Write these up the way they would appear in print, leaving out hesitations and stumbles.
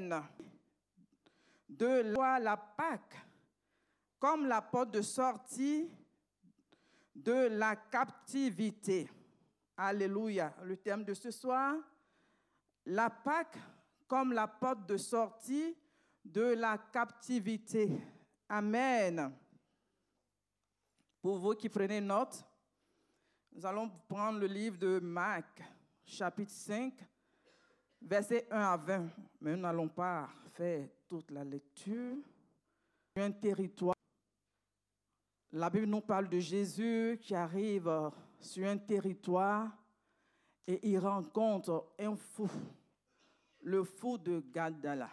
Amen. De la Pâque comme la porte de sortie de la captivité. Alléluia. Le thème de ce soir, la Pâque comme la porte de sortie de la captivité. Amen. Pour vous qui prenez note, nous allons prendre le livre de Marc, chapitre 5, versets 1 à 20. Mais nous n'allons pas faire toute la lecture. Un territoire. La Bible nous parle de Jésus qui arrive sur un territoire et il rencontre un fou, le fou de Gadara.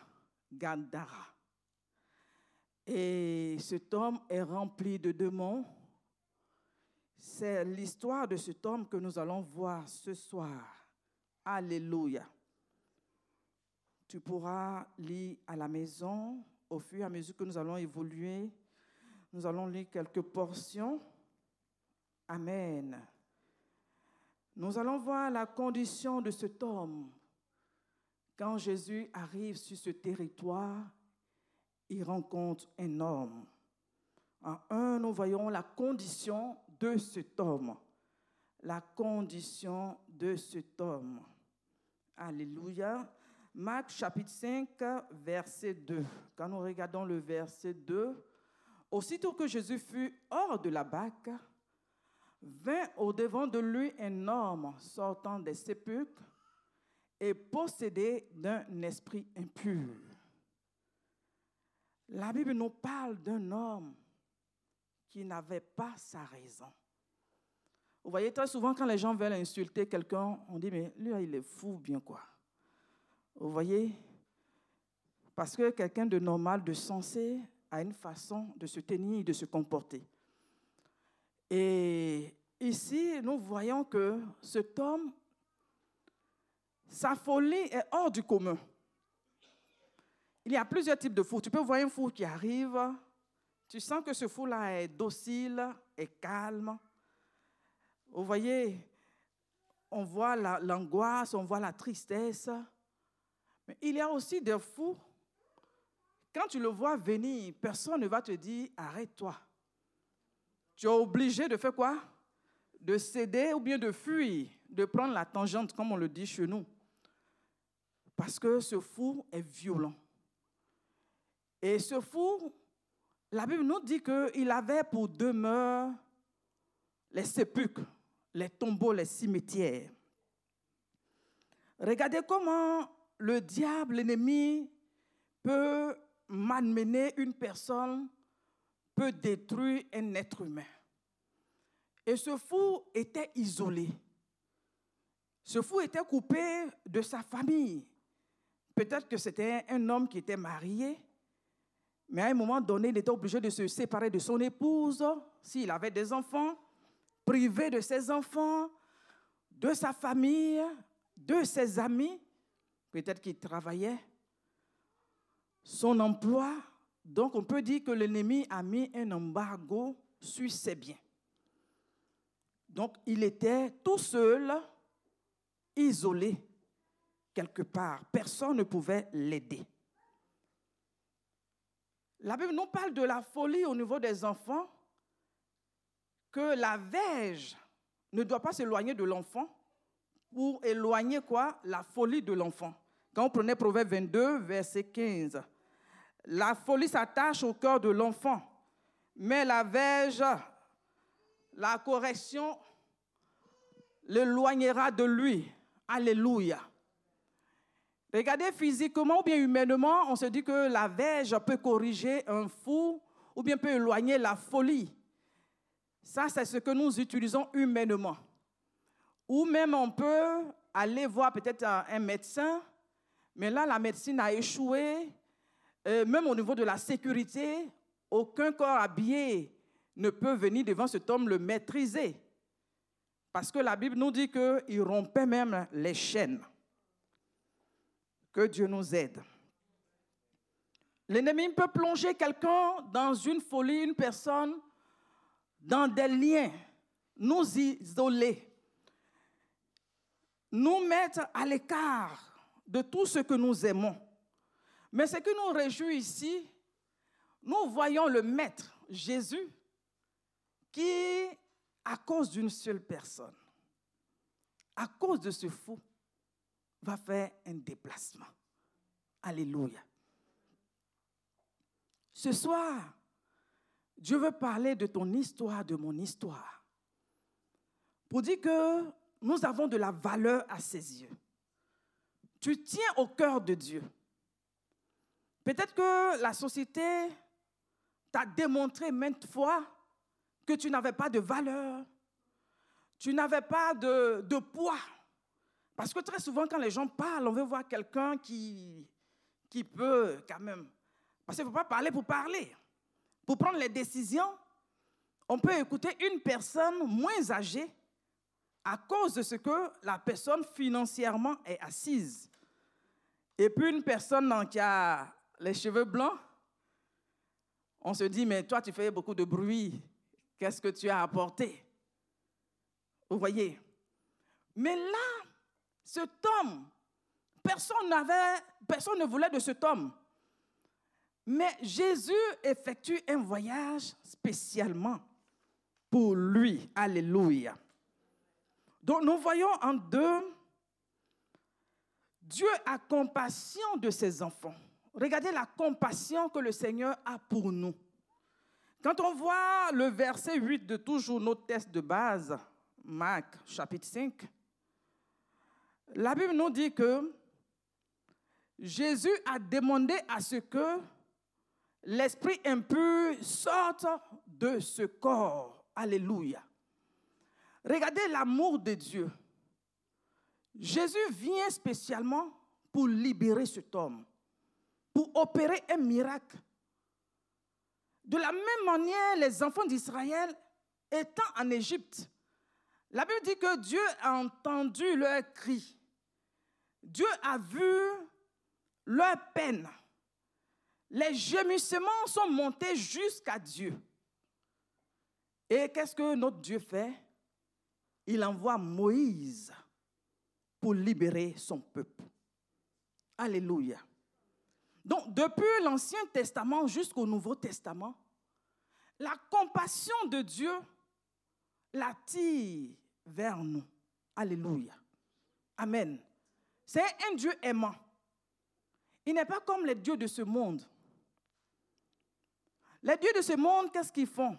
Et cet homme est rempli de démons. C'est l'histoire de cet homme que nous allons voir ce soir. Alléluia. Tu pourras lire à la maison au fur et à mesure que nous allons évoluer. Nous allons lire quelques portions. Amen. Nous allons voir la condition de cet homme. Quand Jésus arrive sur ce territoire, il rencontre un homme. En un, nous voyons la condition de cet homme. La condition de cet homme. Alléluia. Marc chapitre 5, verset 2. Quand nous regardons le verset 2, aussitôt que Jésus fut hors de la barque, vint au-devant de lui un homme sortant des sépulcres et possédé d'un esprit impur. La Bible nous parle d'un homme qui n'avait pas sa raison. Vous voyez, très souvent, quand les gens veulent insulter quelqu'un, on dit, mais lui, il est fou, bien quoi. Vous voyez, parce que quelqu'un de normal, de sensé, a une façon de se tenir et de se comporter. Et ici, nous voyons que cet homme, sa folie est hors du commun. Il y a plusieurs types de fous. Tu peux voir un fou qui arrive, tu sens que ce fou-là est docile, est calme. Vous voyez, on voit l'angoisse, on voit la tristesse. Mais il y a aussi des fous. Quand tu le vois venir, personne ne va te dire « arrête-toi ». Tu es obligé de faire quoi? De céder ou bien de fuir, de prendre la tangente, comme on le dit chez nous. Parce que ce fou est violent. Et ce fou, la Bible nous dit qu'il avait pour demeure les sépulcres, les tombeaux, les cimetières. Regardez comment le diable, l'ennemi, peut malmener une personne, peut détruire un être humain. Et ce fou était isolé. Ce fou était coupé de sa famille. Peut-être que c'était un homme qui était marié, mais à un moment donné, il était obligé de se séparer de son épouse, s'il avait des enfants, privé de ses enfants, de sa famille, de ses amis. Peut-être qu'il travaillait. Son emploi. Donc, on peut dire que l'ennemi a mis un embargo sur ses biens. Donc, il était tout seul, isolé, quelque part. Personne ne pouvait l'aider. La Bible nous parle de la folie au niveau des enfants, que la verge ne doit pas s'éloigner de l'enfant pour éloigner quoi? La folie de l'enfant. Quand on prenait Proverbe 22, verset 15, la folie s'attache au cœur de l'enfant, mais la verge, la correction, l'éloignera de lui. Alléluia. Regardez physiquement ou bien humainement, on se dit que la verge peut corriger un fou ou bien peut éloigner la folie. Ça, c'est ce que nous utilisons humainement. Ou même on peut aller voir peut-être un médecin, mais là, la médecine a échoué. Même au niveau de la sécurité, aucun corps habillé ne peut venir devant cet homme le maîtriser. Parce que la Bible nous dit qu'il rompait même les chaînes. Que Dieu nous aide. L'ennemi peut plonger quelqu'un dans une folie, une personne, dans des liens, nous isoler, nous mettre à l'écart de tout ce que nous aimons. Mais ce qui nous réjouit ici, nous voyons le Maître, Jésus, qui, à cause d'une seule personne, à cause de ce fou, va faire un déplacement. Alléluia. Ce soir, Dieu veut parler de ton histoire, de mon histoire, pour dire que nous avons de la valeur à ses yeux. Tu tiens au cœur de Dieu. Peut-être que la société t'a démontré maintes fois que tu n'avais pas de valeur, tu n'avais pas de poids. Parce que très souvent, quand les gens parlent, on veut voir quelqu'un qui peut quand même. Parce qu'il ne faut pas parler pour parler. Pour prendre les décisions, on peut écouter une personne moins âgée à cause de ce que la personne financièrement est assise. Et puis une personne qui a les cheveux blancs, on se dit, mais toi, tu fais beaucoup de bruit. Qu'est-ce que tu as apporté? Vous voyez? Mais là, cet homme, personne ne voulait de cet homme. Mais Jésus effectue un voyage spécialement pour lui. Alléluia. Donc nous voyons en deux, Dieu a compassion de ses enfants. Regardez la compassion que le Seigneur a pour nous. Quand on voit le verset 8 de toujours notre texte de base, Marc chapitre 5, la Bible nous dit que Jésus a demandé à ce que l'esprit impur sorte de ce corps. Alléluia. Regardez l'amour de Dieu. Jésus vient spécialement pour libérer cet homme, pour opérer un miracle. De la même manière, les enfants d'Israël étant en Égypte, la Bible dit que Dieu a entendu leurs cris. Dieu a vu leur peine. Les gémissements sont montés jusqu'à Dieu. Et qu'est-ce que notre Dieu fait? Il envoie Moïse pour libérer son peuple. Alléluia. Donc, depuis l'Ancien Testament jusqu'au Nouveau Testament, la compassion de Dieu l'attire vers nous. Alléluia. Amen. C'est un Dieu aimant. Il n'est pas comme les dieux de ce monde. Les dieux de ce monde, qu'est-ce qu'ils font?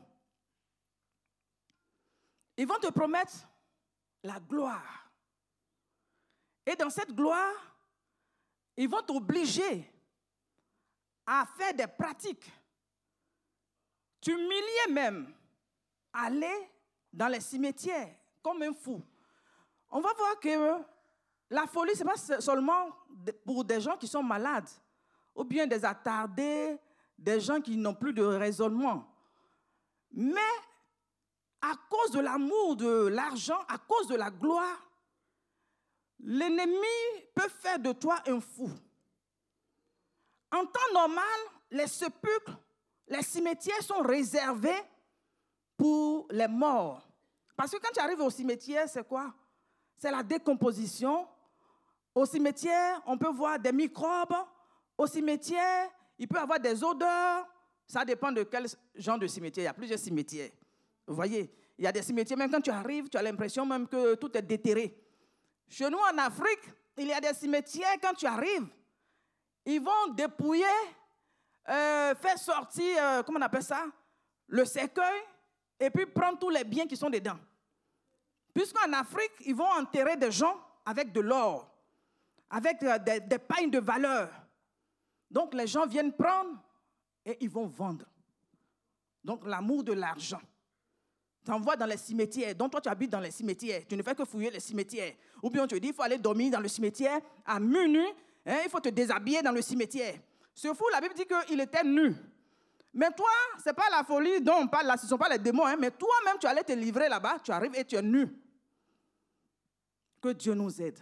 Ils vont te promettre la gloire. Et dans cette gloire, ils vont t'obliger à faire des pratiques. T'humilier même. Aller dans les cimetières comme un fou. On va voir que la folie, ce n'est pas seulement pour des gens qui sont malades ou bien des attardés, des gens qui n'ont plus de raisonnement. Mais à cause de l'amour, de l'argent, à cause de la gloire, l'ennemi peut faire de toi un fou. En temps normal, les sépulcres, les cimetières sont réservés pour les morts. Parce que quand tu arrives au cimetière, c'est quoi? C'est la décomposition. Au cimetière, on peut voir des microbes. Au cimetière, il peut y avoir des odeurs. Ça dépend de quel genre de cimetière. Il y a plusieurs cimetières. Vous voyez, il y a des cimetières, même quand tu arrives, tu as l'impression même que tout est déterré. Chez nous, en Afrique, il y a des cimetières, quand tu arrives, ils vont dépouiller, faire sortir, comment on appelle ça, le cercueil, et puis prendre tous les biens qui sont dedans. Puisqu'en Afrique, ils vont enterrer des gens avec de l'or, avec des pailles de valeur. Donc, les gens viennent prendre et ils vont vendre. Donc, l'amour de l'argent. Tu envoies dans les cimetières. Donc, toi, tu habites dans les cimetières. Tu ne fais que fouiller les cimetières. Ou bien, on te dit, il faut aller dormir dans le cimetière à minuit. Hein, il faut te déshabiller dans le cimetière. Ce fou, la Bible dit qu'il était nu. Mais toi, ce n'est pas la folie dont on parle là, ce ne sont pas les démons. Hein, mais toi-même, tu allais te livrer là-bas. Tu arrives et tu es nu. Que Dieu nous aide.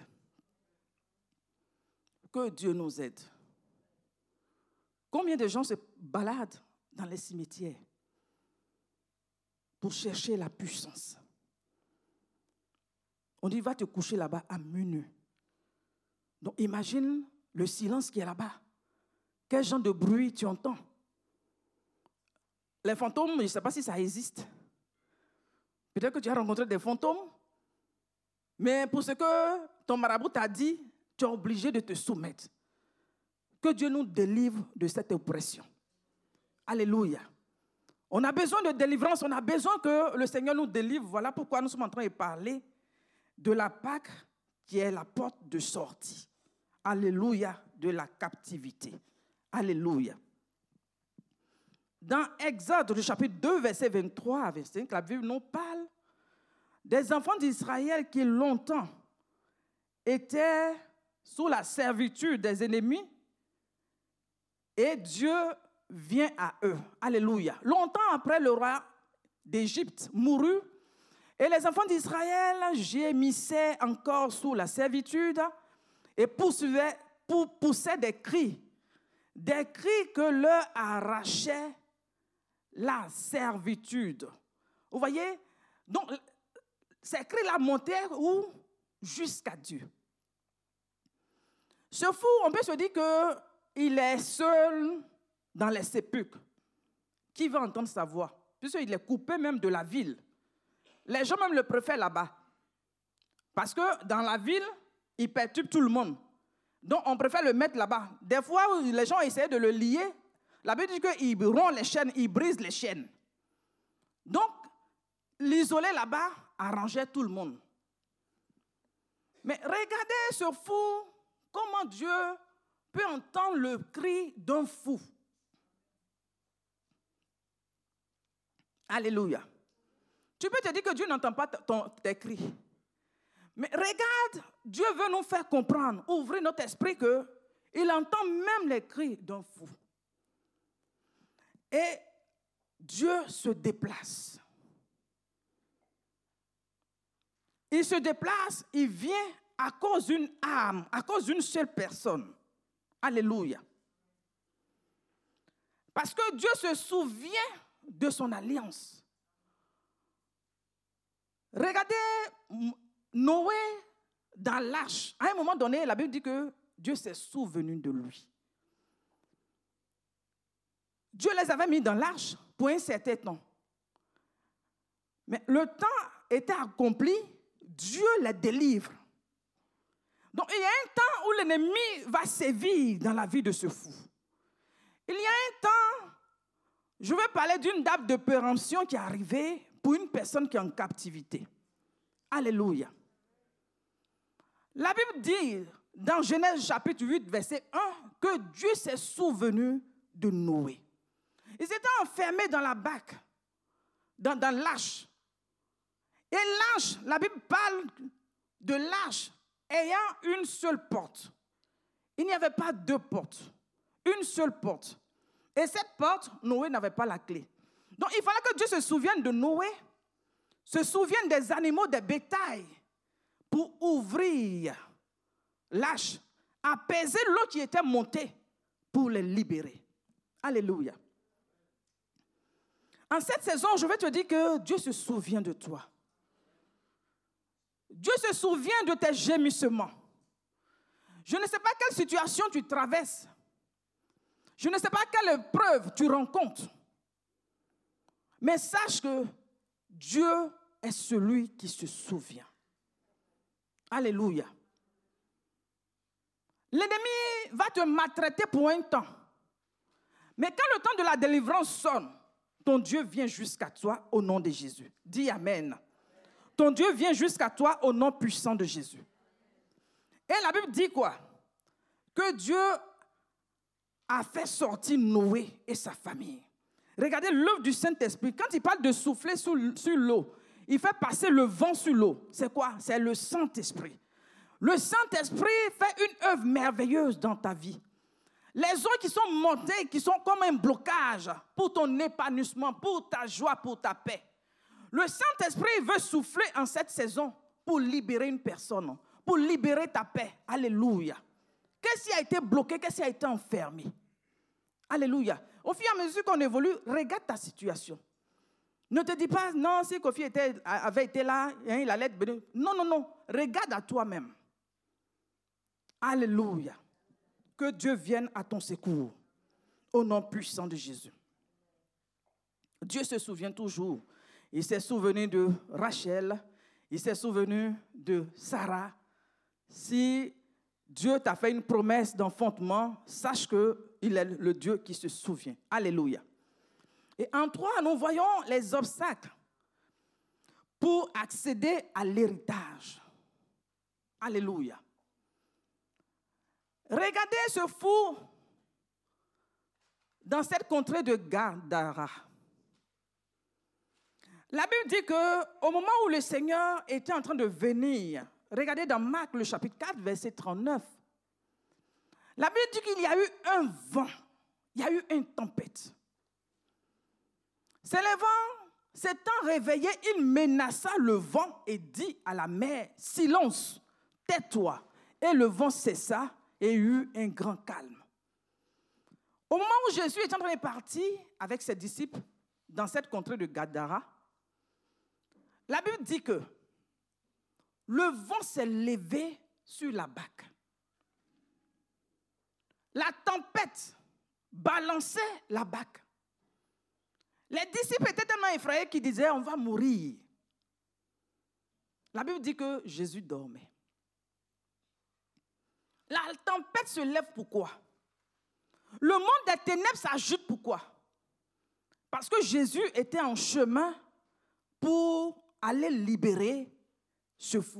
Que Dieu nous aide. Combien de gens se baladent dans les cimetières pour chercher la puissance? On dit, va te coucher là-bas à minuit. Donc imagine le silence qui est là-bas. Quel genre de bruit tu entends? Les fantômes, je ne sais pas si ça existe. Peut-être que tu as rencontré des fantômes. Mais pour ce que ton marabout t'a dit, tu es obligé de te soumettre. Que Dieu nous délivre de cette oppression. Alléluia. On a besoin de délivrance, on a besoin que le Seigneur nous délivre. Voilà pourquoi nous sommes en train de parler de la Pâque qui est la porte de sortie. Alléluia, de la captivité. Alléluia. Dans Exode, le chapitre 2, verset 23 à 25, la Bible nous parle des enfants d'Israël qui longtemps étaient sous la servitude des ennemis et Dieu vient à eux. Alléluia. Longtemps après le roi d'Égypte mourut et les enfants d'Israël gémissaient encore sous la servitude et poussaient des cris que leur arrachaient la servitude. Vous voyez? Donc, ces cris-là montaient où? Jusqu'à Dieu. Ce fou, on peut se dire qu'il est seul dans les sépulcres. Qui va entendre sa voix? Puisqu'il est coupé même de la ville. Les gens même le préfèrent là-bas. Parce que dans la ville, il perturbe tout le monde. Donc, on préfère le mettre là-bas. Des fois, les gens essaient de le lier. La Bible dit qu'il rompt les chaînes, il brise les chaînes. Donc, l'isoler là-bas arrangeait tout le monde. Mais regardez ce fou, comment Dieu peut entendre le cri d'un fou. Alléluia. Tu peux te dire que Dieu n'entend pas tes cris. Mais regarde, Dieu veut nous faire comprendre, ouvrir notre esprit qu'il entend même les cris d'un fou. Et Dieu se déplace. Il se déplace, il vient à cause d'une âme, à cause d'une seule personne. Alléluia. Parce que Dieu se souvient de son alliance. Regardez Noé dans l'arche. À un moment donné, la Bible dit que Dieu s'est souvenu de lui. Dieu les avait mis dans l'arche pour un certain temps. Mais le temps était accompli, Dieu les délivre. Donc il y a un temps où l'ennemi va sévir dans la vie de ce fou. Il y a un temps, je vais parler d'une date de péremption qui est arrivée pour une personne qui est en captivité. Alléluia. La Bible dit dans Genèse chapitre 8, verset 1, que Dieu s'est souvenu de Noé. Ils étaient enfermés dans la barque, dans l'arche. Et l'arche, la Bible parle de l'arche ayant une seule porte. Il n'y avait pas deux portes, une seule porte. Et cette porte, Noé n'avait pas la clé. Donc il fallait que Dieu se souvienne de Noé, se souvienne des animaux, des bétails, pour ouvrir l'arche, apaiser l'eau qui était montée pour les libérer. Alléluia. En cette saison, je vais te dire que Dieu se souvient de toi. Dieu se souvient de tes gémissements. Je ne sais pas quelle situation tu traverses. Je ne sais pas quelle épreuve tu rencontres. Mais sache que Dieu est celui qui se souvient. Alléluia. L'ennemi va te maltraiter pour un temps. Mais quand le temps de la délivrance sonne, ton Dieu vient jusqu'à toi au nom de Jésus. Dis Amen. Ton Dieu vient jusqu'à toi au nom puissant de Jésus. Et la Bible dit quoi? Que Dieu a fait sortir Noé et sa famille. Regardez l'œuvre du Saint-Esprit. Quand il parle de souffler sur l'eau, il fait passer le vent sur l'eau. C'est quoi? C'est le Saint-Esprit. Le Saint-Esprit fait une œuvre merveilleuse dans ta vie. Les eaux qui sont montées, qui sont comme un blocage pour ton épanouissement, pour ta joie, pour ta paix. Le Saint-Esprit veut souffler en cette saison pour libérer une personne, pour libérer ta paix. Alléluia. Qu'est-ce qui a été bloqué? Qu'est-ce qui a été enfermé? Alléluia. Au fur et à mesure qu'on évolue, regarde ta situation. Ne te dis pas, non, si Kofi avait été là, il allait être béni. Non, non, non. Regarde à toi-même. Alléluia. Que Dieu vienne à ton secours. au nom puissant de Jésus. Dieu se souvient toujours. Il s'est souvenu de Rachel, il s'est souvenu de Sarah. Si Dieu t'a fait une promesse d'enfantement, sache qu'il est le Dieu qui se souvient. Alléluia. Et en 3, nous voyons les obstacles pour accéder à l'héritage. Alléluia. Regardez ce fou dans cette contrée de Gadara. La Bible dit qu'au moment où le Seigneur était en train de venir, regardez dans Marc le chapitre 4, verset 39, la Bible dit qu'il y a eu un vent, il y a eu une tempête. S'élevant, s'étant réveillé, il menaça le vent et dit à la mer, « Silence, tais-toi. » Et le vent cessa et eut un grand calme. Au moment où Jésus est en train de partir avec ses disciples dans cette contrée de Gadara, la Bible dit que le vent s'est levé sur la barque. La tempête balançait la barque. Les disciples étaient tellement effrayés qu'ils disaient, on va mourir. La Bible dit que Jésus dormait. La tempête se lève pourquoi? Le monde des ténèbres s'ajoute pourquoi? Parce que Jésus était en chemin pour aller libérer ce fou.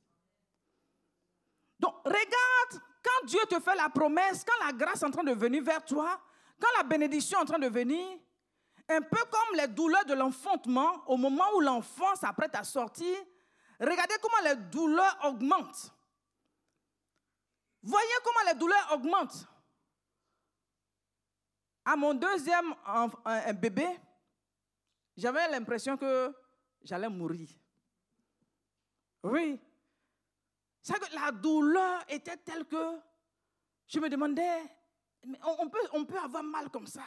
Donc, regarde, quand Dieu te fait la promesse, quand la grâce est en train de venir vers toi, quand la bénédiction est en train de venir, un peu comme les douleurs de l'enfantement, au moment où l'enfant s'apprête à sortir, regardez comment les douleurs augmentent. Voyez comment les douleurs augmentent. À mon deuxième bébé, j'avais l'impression que j'allais mourir. Oui. C'est que la douleur était telle que je me demandais, mais on peut avoir mal comme ça.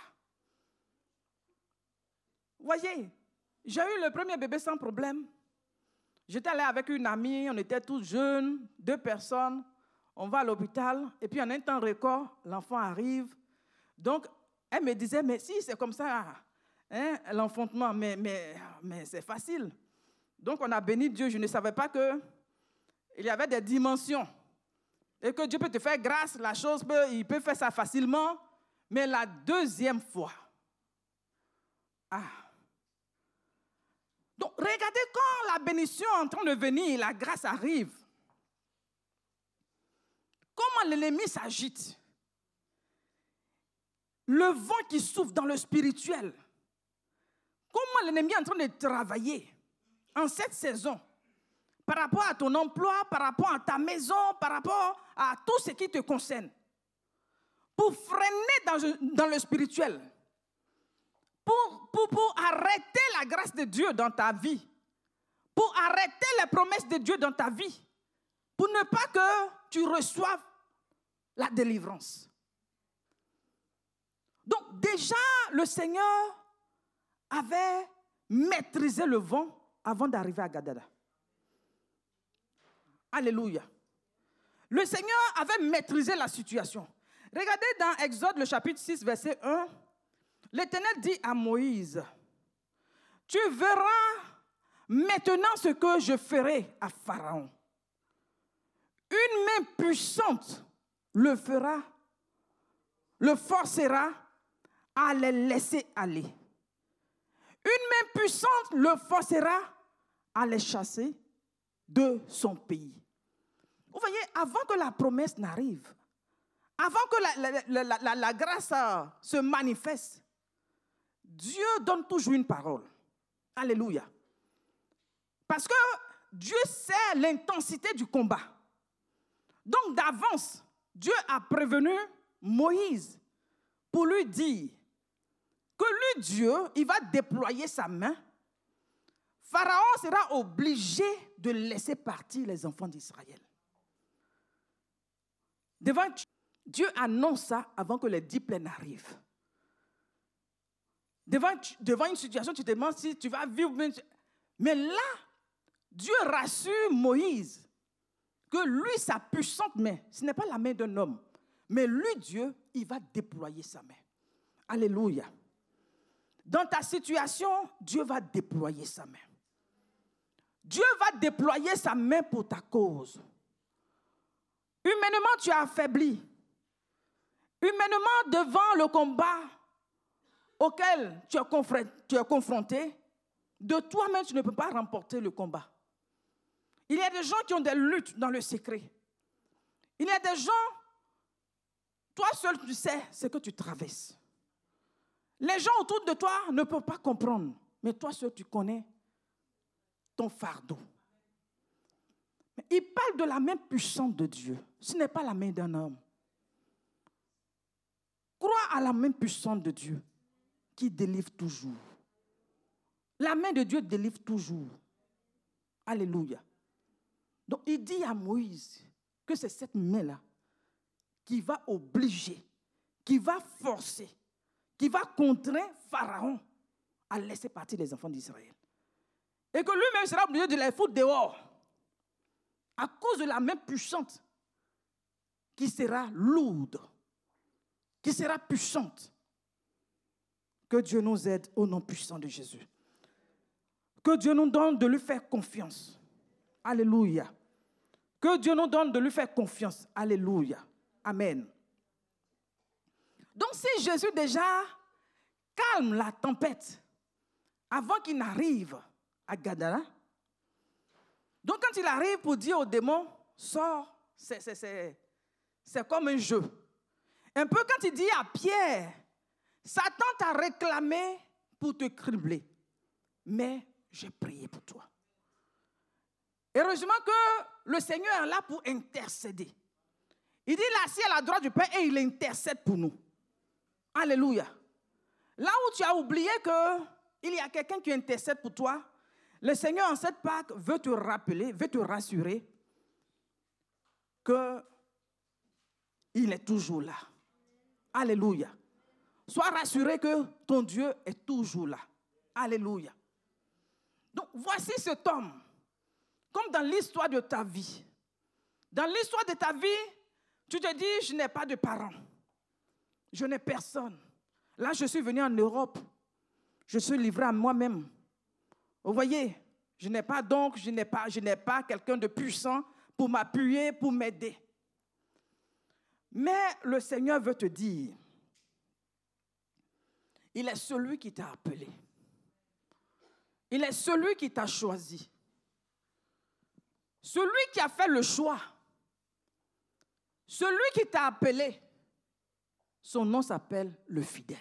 Voyez, j'ai eu le premier bébé sans problème. J'étais allée avec une amie, on était tous jeunes, 2 personnes. On va à l'hôpital et puis en un temps record, l'enfant arrive. Donc, elle me disait, mais si c'est comme ça, hein, l'enfantement, mais c'est facile. Donc, on a béni Dieu. Je ne savais pas qu'il y avait des dimensions. Et que Dieu peut te faire grâce, la chose, il peut faire ça facilement. Mais la deuxième fois, donc, regardez quand la bénédiction est en train de venir, la grâce arrive. Comment l'ennemi s'agite. Le vent qui souffle dans le spirituel. Comment l'ennemi est en train de travailler en cette saison par rapport à ton emploi, par rapport à ta maison, par rapport à tout ce qui te concerne. Pour freiner dans le spirituel. Pour arrêter la grâce de Dieu dans ta vie. Pour arrêter les promesses de Dieu dans ta vie. Pour ne pas que tu reçoives la délivrance. Donc déjà, le Seigneur avait maîtrisé le vent avant d'arriver à Gadara. Alléluia. Le Seigneur avait maîtrisé la situation. Regardez dans Exode, le chapitre 6, verset 1. L'Éternel dit à Moïse, « Tu verras maintenant ce que je ferai à Pharaon. Une main puissante le forcera à les laisser aller. Une main puissante le forcera à les chasser de son pays. » Vous voyez, avant que la promesse n'arrive, avant que la grâce se manifeste, Dieu donne toujours une parole. Alléluia. Parce que Dieu sait l'intensité du combat. Donc d'avance, Dieu a prévenu Moïse pour lui dire que lui, Dieu, il va déployer sa main. Pharaon sera obligé de laisser partir les enfants d'Israël. Dieu annonce ça avant que les 10 plaies n'arrivent. Devant une situation, tu te demandes si tu vas vivre. Mais là, Dieu rassure Moïse que lui, sa puissante main, ce n'est pas la main d'un homme, mais lui, Dieu, il va déployer sa main. Alléluia. Dans ta situation, Dieu va déployer sa main. Dieu va déployer sa main pour ta cause. Humainement, tu as affaibli. Humainement, devant le combat auquel tu es confronté, de toi-même, tu ne peux pas remporter le combat. Il y a des gens qui ont des luttes dans le secret. Il y a des gens, toi seul tu sais ce que tu traverses. Les gens autour de toi ne peuvent pas comprendre, mais toi seul tu connais ton fardeau. Mais il parle de la main puissante de Dieu. Ce n'est pas la main d'un homme. Crois à la main puissante de Dieu qui délivre toujours. La main de Dieu délivre toujours. Alléluia. Donc il dit à Moïse que c'est cette main-là qui va obliger, qui va forcer, qui va contraindre Pharaon à laisser partir les enfants d'Israël. Et que lui-même sera obligé de les foutre dehors à cause de la main puissante qui sera lourde, qui sera puissante. Que Dieu nous aide au nom puissant de Jésus. Que Dieu nous donne de lui faire confiance. Alléluia. Que Dieu nous donne de lui faire confiance. Alléluia. Amen. Donc si Jésus déjà calme la tempête avant qu'il n'arrive à Gadara, donc quand il arrive pour dire au démon, sors, c'est comme un jeu. Un peu quand il dit à Pierre, Satan t'a réclamé pour te cribler, mais j'ai prié pour toi. Heureusement que le Seigneur est là pour intercéder. Il dit, il est assis à la droite du Père et il intercède pour nous. Alléluia. Là où tu as oublié qu'il y a quelqu'un qui intercède pour toi, le Seigneur en cette Pâque veut te rappeler, veut te rassurer qu'il est toujours là. Alléluia. Sois rassuré que ton Dieu est toujours là. Alléluia. Donc voici cet homme, comme dans l'histoire de ta vie. Dans l'histoire de ta vie, tu te dis, je n'ai pas de parents. Je n'ai personne. Là, je suis venu en Europe. Je suis livré à moi-même. Vous voyez, je n'ai pas donc, je n'ai pas quelqu'un de puissant pour m'appuyer, pour m'aider. Mais le Seigneur veut te dire, il est celui qui t'a appelé. Il est celui qui t'a choisi. Celui qui a fait le choix. Celui qui t'a appelé. Son nom s'appelle le fidèle.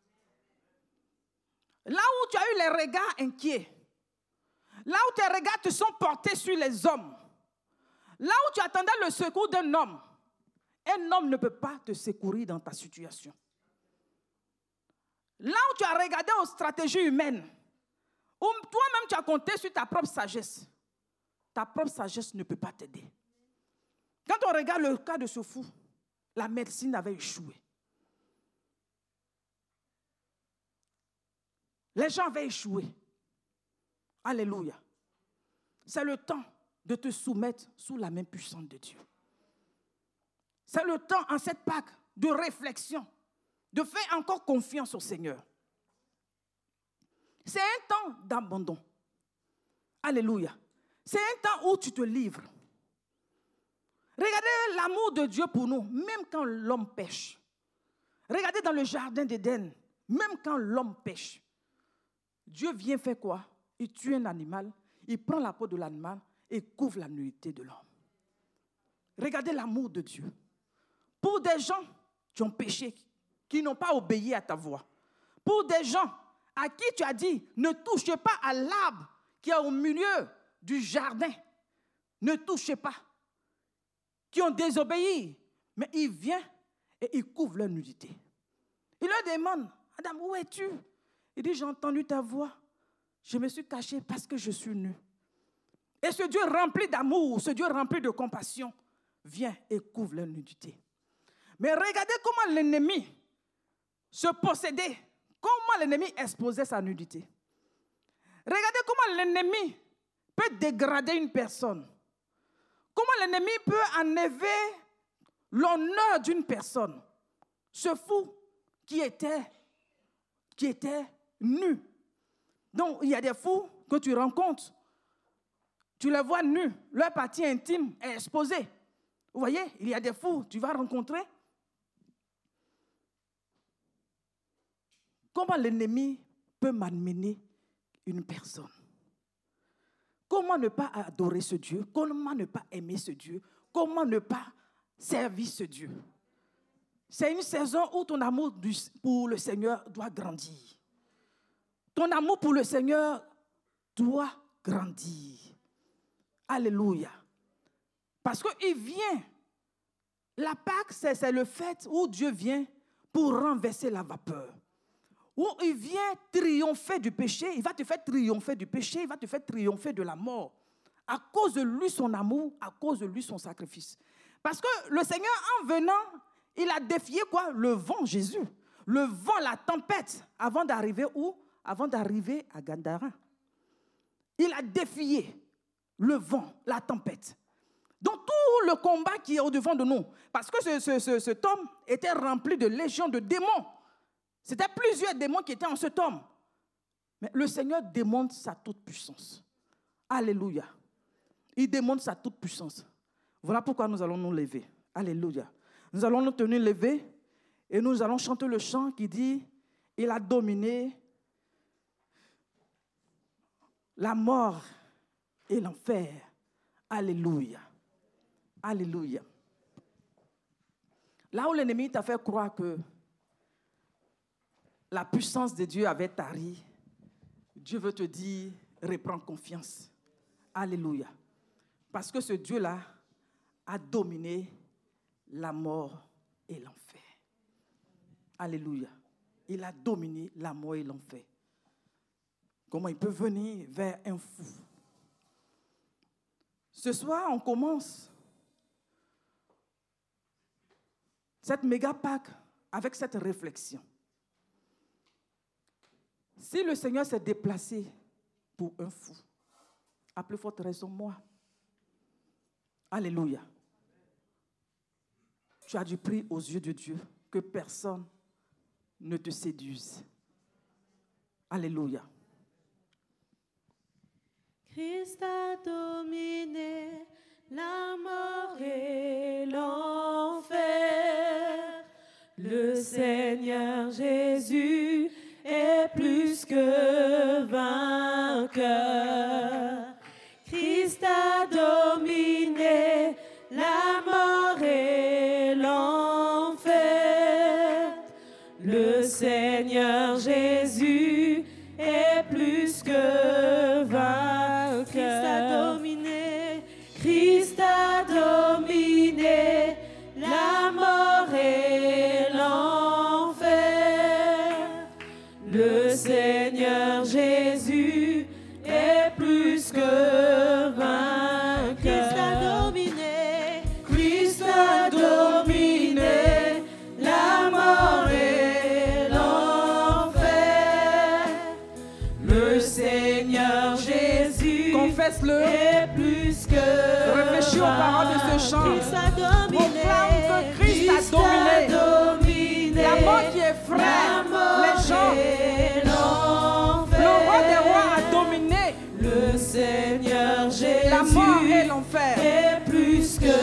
Là où tu as eu les regards inquiets, là où tes regards te sont portés sur les hommes, là où tu attendais le secours d'un homme, un homme ne peut pas te secourir dans ta situation. Là où tu as regardé aux stratégies humaines, où toi-même tu as compté sur ta propre sagesse ne peut pas t'aider. Quand on regarde le cas de ce fou, la médecine avait échoué. Les gens avaient échoué. Alléluia. C'est le temps de te soumettre sous la main puissante de Dieu. C'est le temps, en cette Pâque, de réflexion, de faire encore confiance au Seigneur. C'est un temps d'abandon. Alléluia. C'est un temps où tu te livres. Regardez l'amour de Dieu pour nous, même quand l'homme pêche. Regardez dans le jardin d'Éden, même quand l'homme pêche. Dieu vient faire quoi? Il tue un animal, il prend la peau de l'animal et couvre la nudité de l'homme. Regardez l'amour de Dieu. Pour des gens qui ont péché, qui n'ont pas obéi à ta voix. Pour des gens à qui tu as dit, ne touchez pas à l'arbre qui est au milieu du jardin. Ne touchez pas. Qui ont désobéi. Mais il vient et il couvre leur nudité. Il leur demande, Adam, où es-tu? Il dit, j'ai entendu ta voix. Je me suis caché parce que je suis nu. Et ce Dieu rempli d'amour, ce Dieu rempli de compassion, vient et couvre leur nudité. Mais regardez comment l'ennemi se possédait, comment l'ennemi exposait sa nudité. Regardez comment l'ennemi peut dégrader une personne. Comment l'ennemi peut enlever l'honneur d'une personne. Ce fou qui était qui étaient nus. Donc, il y a des fous que tu rencontres, tu les vois nus, leur partie intime est exposée. Vous voyez, il y a des fous, tu vas rencontrer. Comment l'ennemi peut malmener une personne? Comment ne pas adorer ce Dieu? Comment ne pas aimer ce Dieu? Comment ne pas servir ce Dieu? C'est une saison où ton amour pour le Seigneur doit grandir. Ton amour pour le Seigneur doit grandir. Alléluia. Parce qu'il vient. La Pâque, c'est le fait où Dieu vient pour renverser la vapeur. Où il vient triompher du péché. Il va te faire triompher du péché. Il va te faire triompher de la mort. À cause de lui, son amour. À cause de lui, son sacrifice. Parce que le Seigneur, en venant, il a défié quoi? Le vent, Jésus. Le vent, la tempête. Avant d'arriver où? Avant d'arriver à Gadara. Il a défié le vent, la tempête. Donc tout le combat qui est au-devant de nous, parce que cet homme était rempli de légions de démons. C'était plusieurs démons qui étaient en cet homme. Mais le Seigneur démontre sa toute-puissance. Alléluia. Il démontre sa toute-puissance. Voilà pourquoi nous allons nous lever. Alléluia. Nous allons nous tenir levés et nous allons chanter le chant qui dit « Il a dominé la mort et l'enfer. » Alléluia. Alléluia. Là où l'ennemi t'a fait croire que la puissance de Dieu avait tari, Dieu veut te dire, reprends confiance. Alléluia. Parce que ce Dieu-là a dominé la mort et l'enfer. Alléluia. Il a dominé la mort et l'enfer. Comment il peut venir vers un fou? Ce soir, on commence cette méga Pâque avec cette réflexion. Si le Seigneur s'est déplacé pour un fou, à plus forte raison, moi. Alléluia. Tu as du prix aux yeux de Dieu que personne ne te séduise. Alléluia. Christ a dominé la mort et l'enfer. Le Seigneur Jésus est plus que vainqueur. Christ a dominé la mort et l'enfer. Le Seigneur Jésus est plus que vainqueur. Christ a dominé, Christ a dominé la mort et l'enfer. Le Seigneur Jésus est plus que vainqueur. Christ a dominé, Christ a dominé la mort et l'enfer. Le Seigneur Jésus confesse-le. est plus que réfléchis aux paroles de ce chant. Christ a dominé, proclame que Christ a dominé la mort qui effraie les gens. Le roi des rois a dominé le Seigneur Jésus la mort et l'enfer. est plus que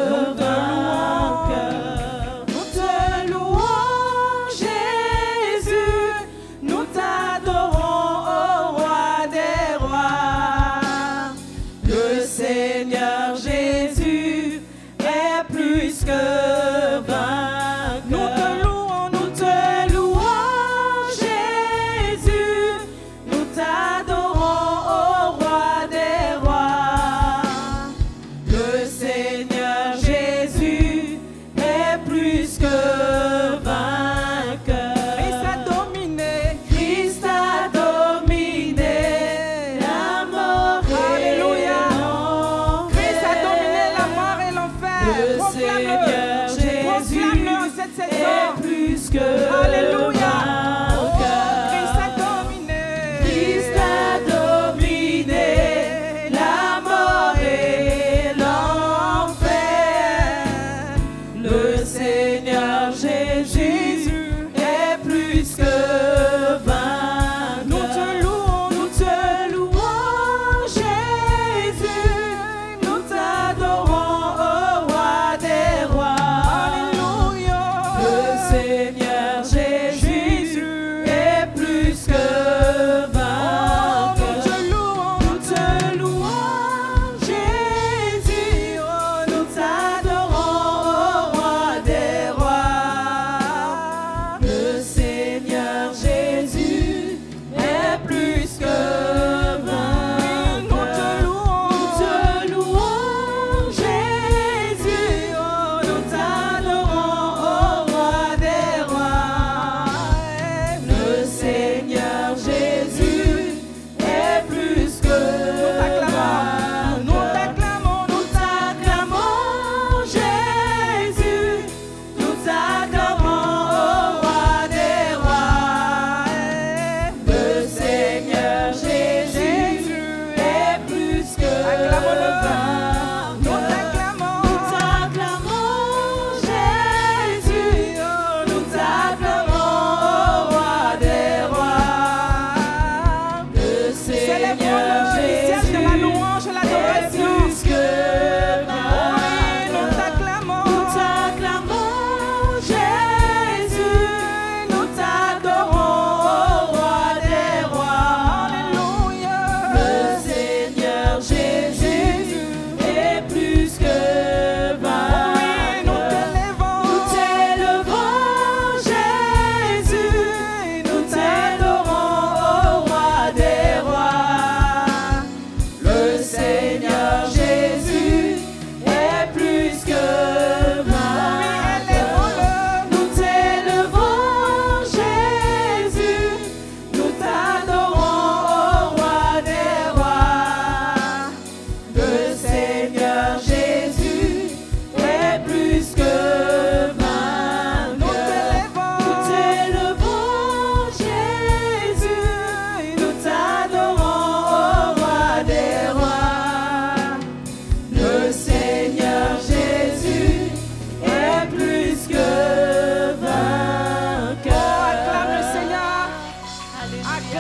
vainqueur. Nous te louons, Jésus, nous t'adorons, ô roi des rois. Le Seigneur Jésus est plus que vainqueur. Nous te louons, Jésus, nous t'adorons, ô roi des rois. Le Seigneur Jésus est plus que vainqueur. Christ a dominé. Christ a dominé la mort et Alléluia. l'enfer. Christ a dominé la mort et l'enfer. Le Seigneur Jésus Proclame-le en cette saison. est plus que Alléluia. vainqueur. Christ a dominé. Christ a dominé la mort et l'enfer. Le Seigneur Jésus est plus que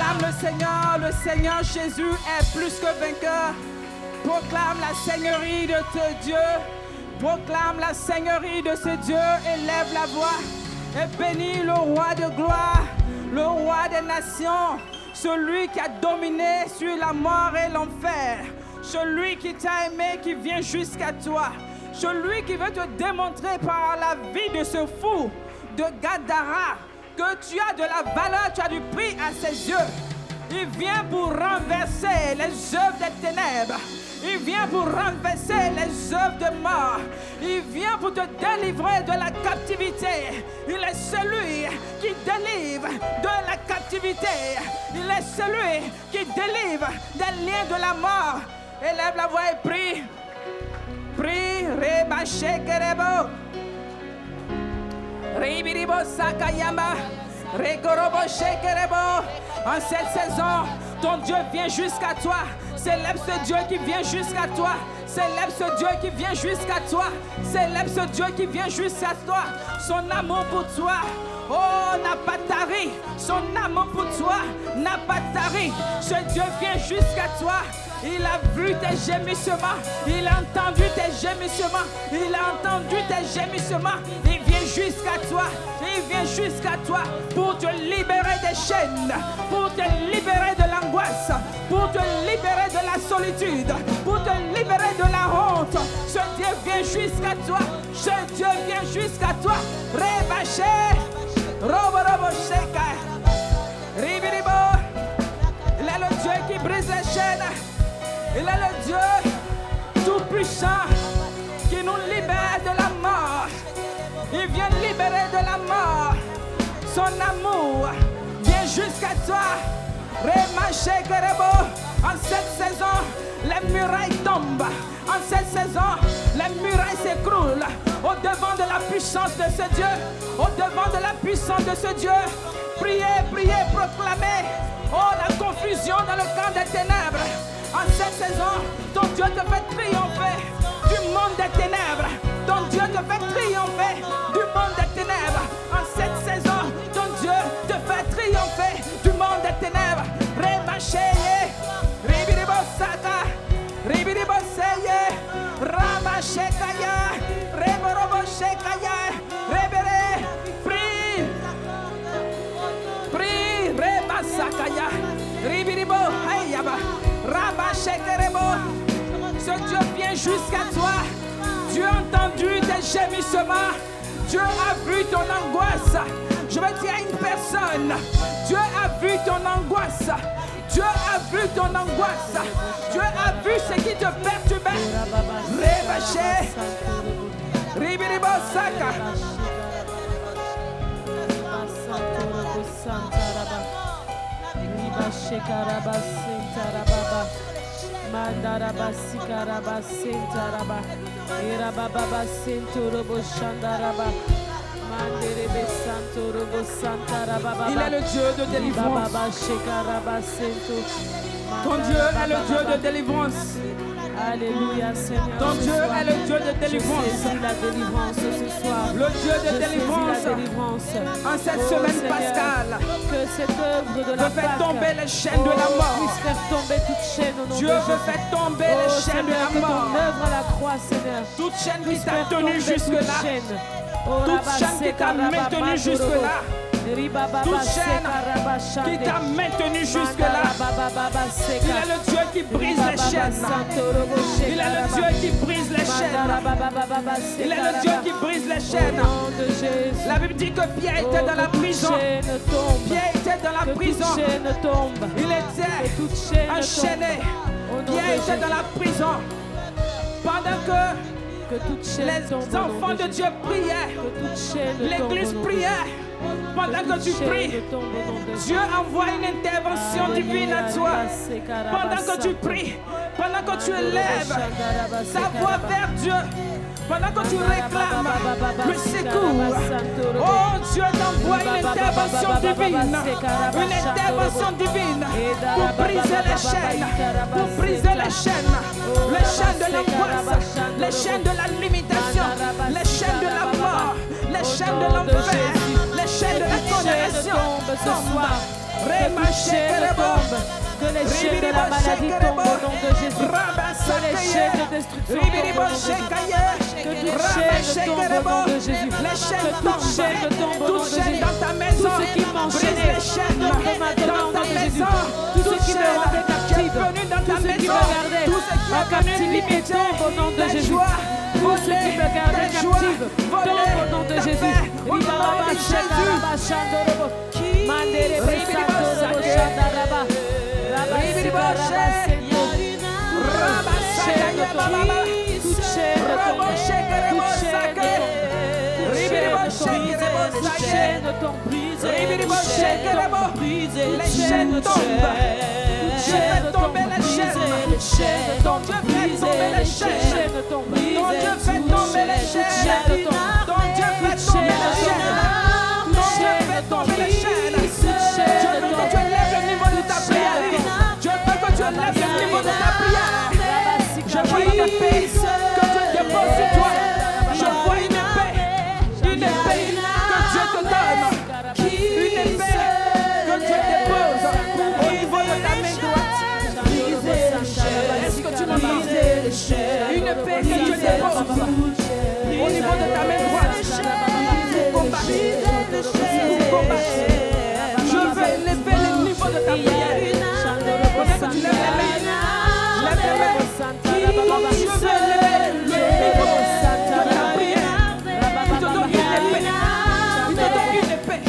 Proclame le Seigneur Jésus est plus que vainqueur. Proclame la seigneurie de ce Dieu. Proclame la seigneurie de ce Dieu. Élève la voix et bénis le roi de gloire, le roi des nations, celui qui a dominé sur la mort et l'enfer, celui qui t'a aimé, qui vient jusqu'à toi, celui qui veut te démontrer par la vie de ce fou de Gadara que tu as de la valeur, tu as du prix à ses yeux. Il vient pour renverser les œuvres des ténèbres. Il vient pour renverser les œuvres de mort. Il vient pour te délivrer de la captivité. Il est celui qui délivre de la captivité. Il est celui qui délivre des liens de la mort. Élève la voix et prie. Prie. Reba shekerebo. Ribiribo sakayama. Regorobo shekerebo. En cette saison, ton Dieu vient jusqu'à toi. Célèbre ce Dieu qui vient jusqu'à toi. Célèbre ce Dieu qui vient jusqu'à toi. Célèbre ce Dieu qui vient jusqu'à toi. Son amour pour toi, oh, n'a pas tari. Son amour pour toi n'a pas tari. Ce Dieu vient jusqu'à toi. Il a vu tes gémissements. Il a entendu tes gémissements. Il a entendu tes gémissements. Il vient jusqu'à toi. Il vient jusqu'à toi pour te libérer des chaînes, pour te libérer de l'angoisse, pour te libérer de la solitude, pour te libérer de la honte. Ce Dieu vient jusqu'à toi. Ce Dieu vient jusqu'à toi. Rebaché, robo robo sheka, ribiribo. Il est le Dieu qui brise les chaînes. Il est le Dieu tout-puissant qui nous libère de la mort. Il vient libérer de la mort. Son amour vient jusqu'à toi. En cette saison, les murailles tombent. En cette saison, les murailles s'écroulent. Au devant de la puissance de ce Dieu. Au devant de la puissance de ce Dieu. Priez, priez, proclamez. Oh, la confusion dans le camp des ténèbres. En cette saison, ton Dieu te fait triompher du monde des ténèbres. Ton Dieu te fait triompher du monde des ténèbres. En cette saison, ton Dieu te fait triompher du monde des ténèbres. Remacheye, ribiribosaka, ribiriboseye, ramachekaya, reboroboshekaya, rebere, prie, prie, remasakaya, ribiribo, hayaba. Ce Dieu vient jusqu'à toi. Dieu a entendu tes gémissements. Dieu a vu ton angoisse. Je veux dire à une personne, Dieu a vu ton angoisse. Dieu a vu ton angoisse. Dieu a vu ce qui te perturbait. Révaché. Ribiribo Saka. Shekaraba sentarababa mandaraba sikaraba sentaraba erababa sentorobo shandaraba manderebe santorobo santarababa. Il est le Dieu de délivrance. Ton Dieu est le Dieu de délivrance. Alléluia Seigneur. Ton Dieu est le Dieu de délivrance. Je saisis la délivrance ce soir. Le Dieu de délivrance. En cette semaine pascale, que cette œuvre de la fait tomber les chaînes de la mort. Puisse faire tomber toute chaîne au nom Dieu de veut Jésus. faire tomber les chaînes de la mort. Ton œuvre à la croix, Seigneur. Toute chaîne qui t'a tenu jusque-là. Toute chaîne qui t'a maintenu jusque-là. Toute chaîne qui t'a maintenu jusque-là. Il est le Dieu qui brise les chaînes. Il est le Dieu qui brise les chaînes. Il est le Dieu qui brise les chaînes. La Bible dit que Pierre était dans la prison. Pierre était dans la prison. Il était enchaîné. Pierre était dans la prison. Pendant que les enfants de Dieu priaient, l'Église priait. Pendant que tu pries, Dieu envoie une intervention divine à toi. Pendant que tu pries, pendant que tu élèves ta voix vers Dieu, pendant que tu réclames le secours, oh Dieu t'envoie une intervention divine. Une intervention divine pour briser les chaînes, pour briser les chaînes de l'angoisse, les chaînes de la limitation, les chaînes de la mort, les chaînes de l'enfer, les chaînes de la condamnation. Que toute chaîne tombe. Que les chaînes de la maladie tombent au nom de Jésus. Que les chaînes de destruction tombent au nom de Jésus. Que toute chaîne tombe au nom de Jésus. Que toute chaîne tombe au nom de Jésus. Tout ce qui m'enchaînait tombe maintenant au nom de Jésus. Tout ce qui me rendait captive, tout ce qui me gardait en captivité tombe au nom de Jésus. Tout ce qui me gardait captive tombe au nom de Jésus. Une paix que Dieu dépose au niveau de ta main droite. Pour combattre. Je veux élever le niveau de ta prière. Peut-être que tu lèves les mains. Lève les mains. Je veux élever le niveau de ta prière. Il te donne une épée. Il te donne une épée.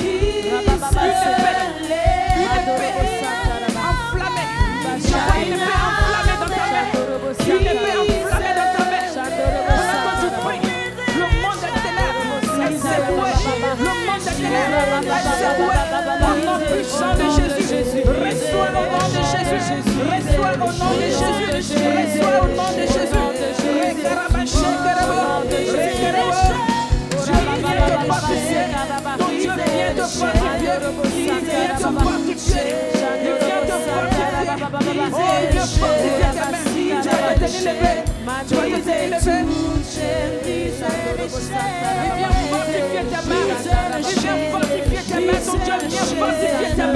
Une épée enflammée. Je vois une épée enflammée dans ta main. Une épée enflammée dans ta main. Pendant que tu pries, le monde des ténèbres est secoué. Le monde des ténèbres est secoué. Au nom puissant de Jésus. Reçois au nom de Jésus. Reçois au nom de Jésus. Reçois au nom de Jésus. Ton Dieu vient te fortifier. Il vient te fortifier. Il vient te fortifier. Oh, il vient fortifier tes mains. Tu vas te tenir levé. Tu vas te tenir levé. Il vient fortifier tes mains. Il vient fortifier tes mains. Ton Dieu vient fortifier tes mains.